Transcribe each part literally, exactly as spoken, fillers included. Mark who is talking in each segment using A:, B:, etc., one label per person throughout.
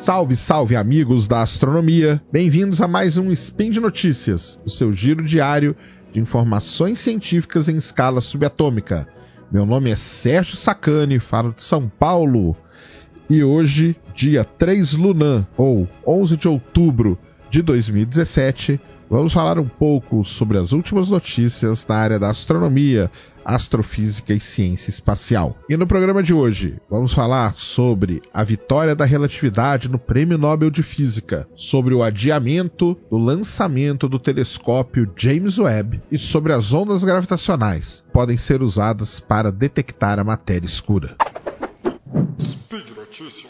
A: Salve, salve amigos da astronomia! Bem-vindos a mais um Spin de Notícias, o seu giro diário de informações científicas em escala subatômica. Meu nome é Sérgio Sacani, falo de São Paulo. E hoje, dia três Lunan, ou onze de outubro de dois mil e dezessete, vamos falar um pouco sobre as últimas notícias na área da astronomia, astrofísica e ciência espacial. E no programa de hoje, vamos falar sobre a vitória da relatividade no Prêmio Nobel de Física, sobre o adiamento do lançamento do telescópio James Webb e sobre as ondas gravitacionais que podem ser usadas para detectar a matéria escura.
B: Speed Notícias.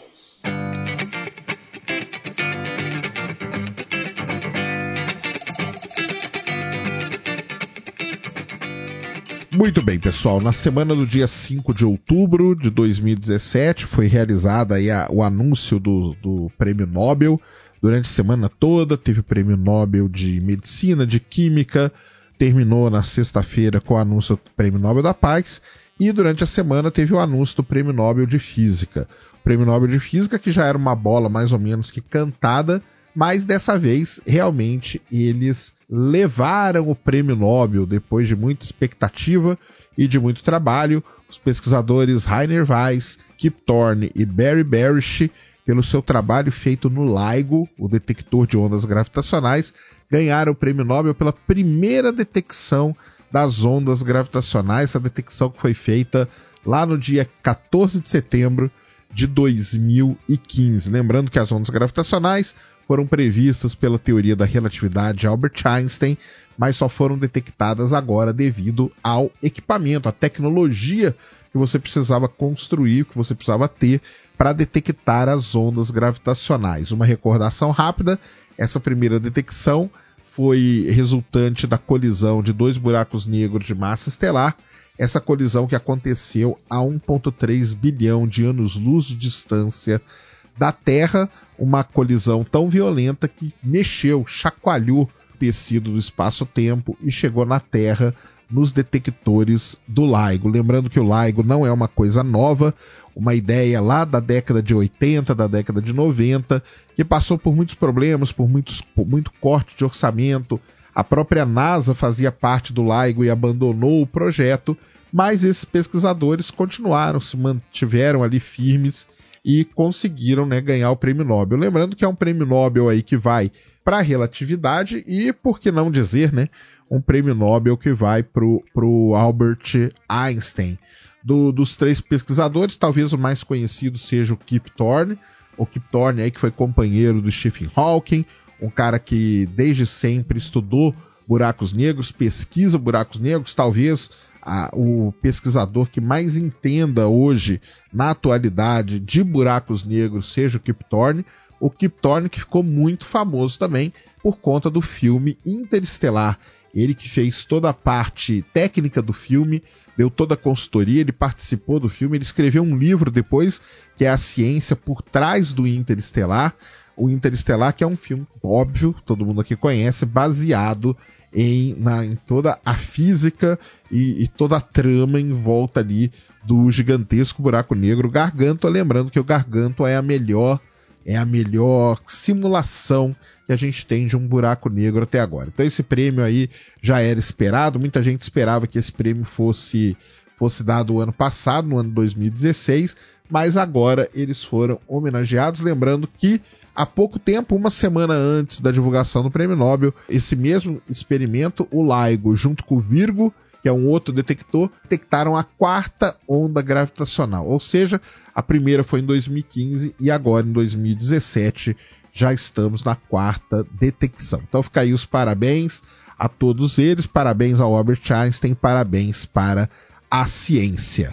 A: Muito bem, pessoal. Na semana do dia cinco de outubro de dois mil e dezessete foi realizado aí a, o anúncio do, do Prêmio Nobel. Durante a semana toda teve o Prêmio Nobel de Medicina, de Química, terminou na sexta-feira com o anúncio do Prêmio Nobel da Paz e durante a semana teve o anúncio do Prêmio Nobel de Física. O Prêmio Nobel de Física que já era uma bola mais ou menos que cantada, mas dessa vez realmente eles levaram o Prêmio Nobel depois de muita expectativa e de muito trabalho. Os pesquisadores Rainer Weiss, Kip Thorne e Barry Barish, pelo seu trabalho feito no LIGO, o detector de ondas gravitacionais, ganharam o Prêmio Nobel pela primeira detecção das ondas gravitacionais, essa detecção que foi feita lá no dia quatorze de setembro de dois mil e quinze. Lembrando que as ondas gravitacionais foram previstas pela teoria da relatividade de Albert Einstein, mas só foram detectadas agora devido ao equipamento, à tecnologia que você precisava construir, que você precisava ter para detectar as ondas gravitacionais. Uma recordação rápida, essa primeira detecção foi resultante da colisão de dois buracos negros de massa estelar, essa colisão que aconteceu a um vírgula três bilhão de anos-luz de distância da Terra, uma colisão tão violenta que mexeu, chacoalhou o tecido do espaço-tempo e chegou na Terra nos detectores do LIGO. Lembrando que o LIGO não é uma coisa nova, uma ideia lá da década de oitenta, da década de noventa, que passou por muitos problemas, por, muitos, por muito corte de orçamento. A própria NASA fazia parte do LIGO e abandonou o projeto, mas esses pesquisadores continuaram, se mantiveram ali firmes e conseguiram, né, ganhar o Prêmio Nobel. Lembrando que é um Prêmio Nobel aí que vai para a relatividade e, por que não dizer, né, um Prêmio Nobel que vai para o Albert Einstein. Do, dos três pesquisadores, talvez o mais conhecido seja o Kip Thorne. O Kip Thorne aí que foi companheiro do Stephen Hawking, um cara que desde sempre estudou buracos negros, pesquisa buracos negros, talvez a, o pesquisador que mais entenda hoje, na atualidade, de buracos negros seja o Kip Thorne. O Kip Thorne que ficou muito famoso também por conta do filme Interestelar. Ele que fez toda a parte técnica do filme, deu toda a consultoria, ele participou do filme, ele escreveu um livro depois, que é A Ciência por Trás do Interestelar. O Interestelar, que é um filme, óbvio, todo mundo aqui conhece, baseado em, na, em toda a física e, e toda a trama em volta ali do gigantesco buraco negro Gargantua. Lembrando que o Gargantua é a melhor, é a melhor simulação que a gente tem de um buraco negro até agora. Então esse prêmio aí já era esperado, muita gente esperava que esse prêmio fosse, fosse dado o ano passado, no ano dois mil e dezesseis, mas agora eles foram homenageados. Lembrando que há pouco tempo, uma semana antes da divulgação do Prêmio Nobel, esse mesmo experimento, o LIGO, junto com o Virgo, que é um outro detector, detectaram a quarta onda gravitacional. Ou seja, a primeira foi em dois mil e quinze e agora em dois mil e dezessete já estamos na quarta detecção. Então fica aí os parabéns a todos eles, parabéns ao Albert Einstein, parabéns para a ciência.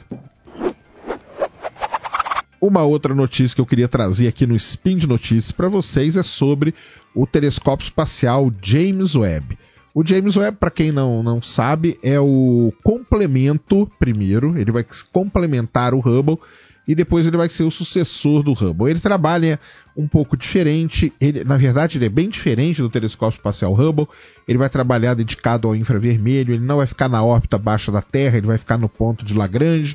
A: Uma outra notícia que eu queria trazer aqui no Spin de Notícias para vocês é sobre o telescópio espacial James Webb. O James Webb, para quem não, não sabe, é o complemento, primeiro, ele vai complementar o Hubble e depois ele vai ser o sucessor do Hubble. Ele trabalha um pouco diferente, ele, na verdade ele é bem diferente do telescópio espacial Hubble, ele vai trabalhar dedicado ao infravermelho, ele não vai ficar na órbita baixa da Terra, ele vai ficar no ponto de Lagrange.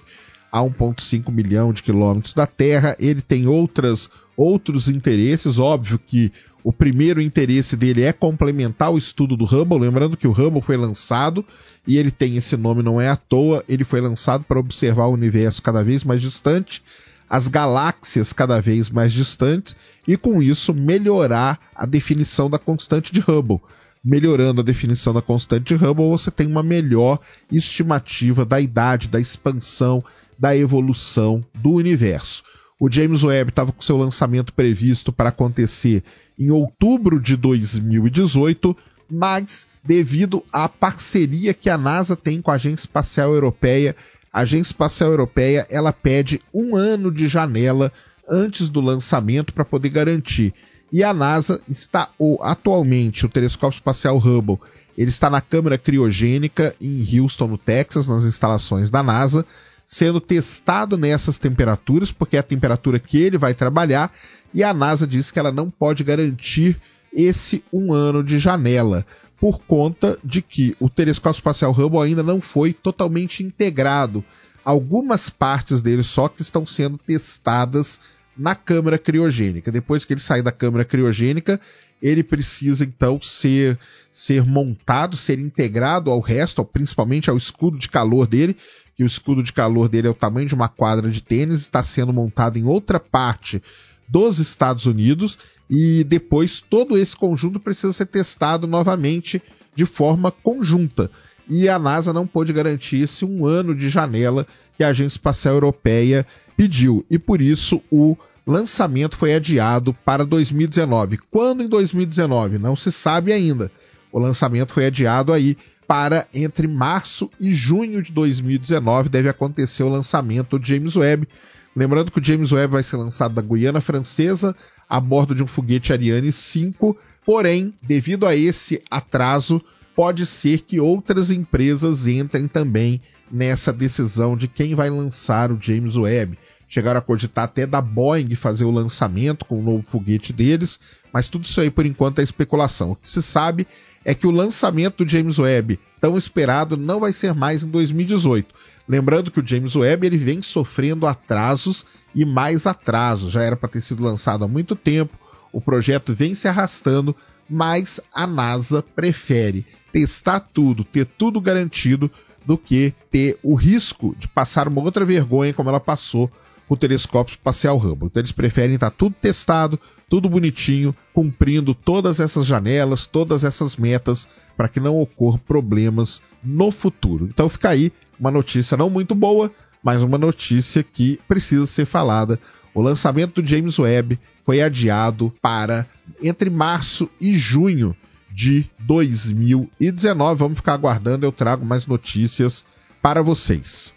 A: a um vírgula cinco milhão de quilômetros da Terra. Ele tem outras, outros interesses, óbvio que o primeiro interesse dele é complementar o estudo do Hubble, lembrando que o Hubble foi lançado, e ele tem esse nome não é à toa, ele foi lançado para observar o universo cada vez mais distante, as galáxias cada vez mais distantes, e com isso melhorar a definição da constante de Hubble. Melhorando a definição da constante de Hubble, você tem uma melhor estimativa da idade, da expansão, da evolução do universo. O James Webb estava com seu lançamento previsto para acontecer em outubro de dois mil e dezoito, mas devido à parceria que a NASA tem com a Agência Espacial Europeia, a Agência Espacial Europeia ela pede um ano de janela antes do lançamento para poder garantir. E a NASA está ou, atualmente, o telescópio espacial Hubble, ele está na câmara criogênica em Houston, no Texas, nas instalações da NASA, sendo testado nessas temperaturas, porque é a temperatura que ele vai trabalhar, e a NASA diz que ela não pode garantir esse um ano de janela, por conta de que o telescópio espacial Hubble ainda não foi totalmente integrado. Algumas partes dele só que estão sendo testadas na câmara criogênica. Depois que ele sair da câmara criogênica, ele precisa então ser, ser montado, ser integrado ao resto, principalmente ao escudo de calor dele, que o escudo de calor dele é o tamanho de uma quadra de tênis, está sendo montado em outra parte dos Estados Unidos, e depois todo esse conjunto precisa ser testado novamente de forma conjunta. E a NASA não pôde garantir esse um ano de janela que a Agência Espacial Europeia pediu, e por isso o lançamento foi adiado para dois mil e dezenove. Quando em dois mil e dezenove? Não se sabe ainda. O lançamento foi adiado aí para entre março e junho de dois mil e dezenove, deve acontecer o lançamento do James Webb. Lembrando que o James Webb vai ser lançado da Guiana Francesa a bordo de um foguete Ariane cinco, porém, devido a esse atraso, pode ser que outras empresas entrem também nessa decisão de quem vai lançar o James Webb. Chegaram a cogitar até da Boeing fazer o lançamento com o novo foguete deles, mas tudo isso aí por enquanto é especulação. O que se sabe é que o lançamento do James Webb, tão esperado, não vai ser mais em dois mil e dezoito. Lembrando que o James Webb ele vem sofrendo atrasos e mais atrasos. Já era para ter sido lançado há muito tempo, o projeto vem se arrastando, mas a NASA prefere testar tudo, ter tudo garantido, do que ter o risco de passar uma outra vergonha como ela passou com o telescópio espacial Hubble. Então eles preferem estar tudo testado, tudo bonitinho, cumprindo todas essas janelas, todas essas metas, para que não ocorram problemas no futuro. Então fica aí uma notícia não muito boa, mas uma notícia que precisa ser falada. O lançamento do James Webb foi adiado para entre março e junho de dois mil e dezenove. Vamos ficar aguardando, eu trago mais notícias para vocês.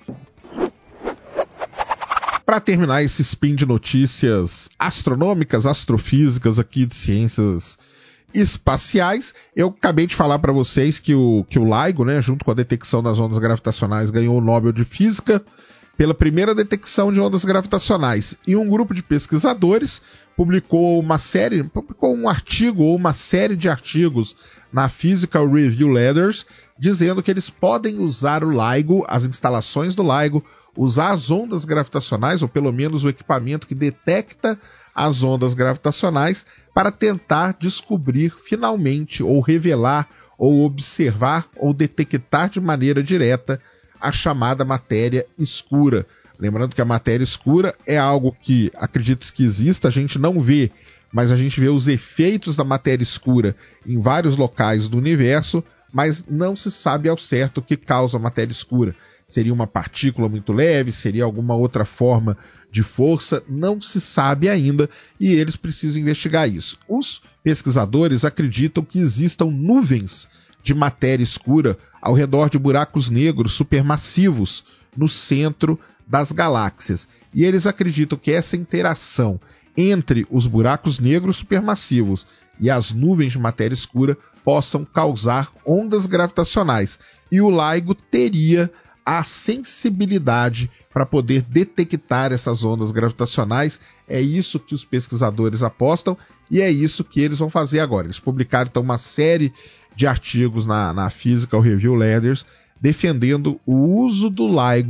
A: Para terminar esse spin de notícias astronômicas, astrofísicas aqui de ciências espaciais, eu acabei de falar para vocês que o, que o LIGO, né, junto com a detecção das ondas gravitacionais, ganhou o Nobel de Física pela primeira detecção de ondas gravitacionais. E um grupo de pesquisadores publicou uma série, publicou um artigo ou uma série de artigos na Physical Review Letters, dizendo que eles podem usar o LIGO, as instalações do LIGO, usar as ondas gravitacionais, ou pelo menos o equipamento que detecta as ondas gravitacionais, para tentar descobrir finalmente, ou revelar, ou observar, ou detectar de maneira direta a chamada matéria escura. Lembrando que a matéria escura é algo que, acredito que exista, a gente não vê, mas a gente vê os efeitos da matéria escura em vários locais do universo, mas não se sabe ao certo o que causa a matéria escura. Seria uma partícula muito leve? Seria alguma outra forma de força? Não se sabe ainda e eles precisam investigar isso. Os pesquisadores acreditam que existam nuvens de matéria escura ao redor de buracos negros supermassivos no centro das galáxias. E eles acreditam que essa interação entre os buracos negros supermassivos e as nuvens de matéria escura possam causar ondas gravitacionais. E o LIGO teria a sensibilidade para poder detectar essas ondas gravitacionais. É isso que os pesquisadores apostam e é isso que eles vão fazer agora. Eles publicaram então uma série de artigos na, na Physical Review Letters defendendo o uso do LIGO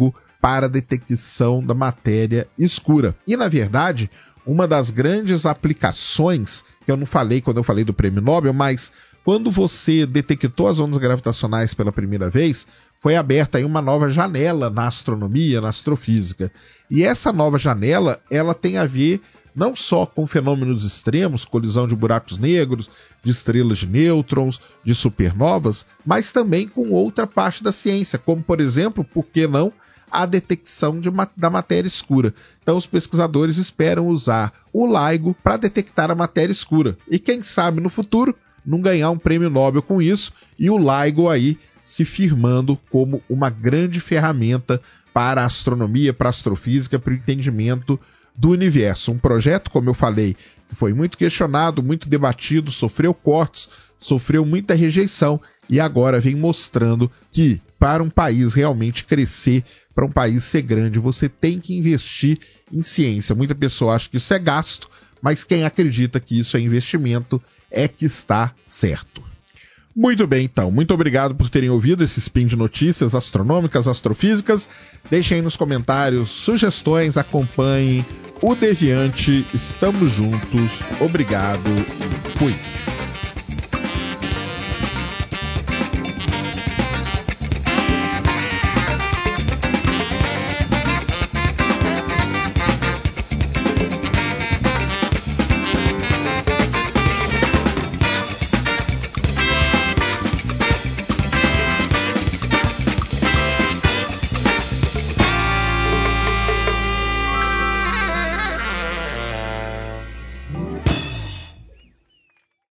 A: para a detecção da matéria escura. E, na verdade, uma das grandes aplicações, que eu não falei quando eu falei do Prêmio Nobel, mas quando você detectou as ondas gravitacionais pela primeira vez, foi aberta aí uma nova janela na astronomia, na astrofísica. E essa nova janela, ela tem a ver não só com fenômenos extremos, colisão de buracos negros, de estrelas de nêutrons, de supernovas, mas também com outra parte da ciência, como, por exemplo, por que não, a detecção de, da matéria escura. Então os pesquisadores esperam usar o LIGO para detectar a matéria escura. E quem sabe no futuro não ganhar um prêmio Nobel com isso, e o LIGO aí se firmando como uma grande ferramenta para a astronomia, para a astrofísica, para o entendimento do universo. Um projeto, como eu falei, que foi muito questionado, muito debatido, sofreu cortes, sofreu muita rejeição e agora vem mostrando que para um país realmente crescer, para um país ser grande, você tem que investir em ciência. Muita pessoa acha que isso é gasto, mas quem acredita que isso é investimento é que está certo. Muito bem, então. Muito obrigado por terem ouvido esse spin de notícias astronômicas, astrofísicas. Deixem aí nos comentários sugestões, acompanhem o Deviante. Estamos juntos. Obrigado e fui.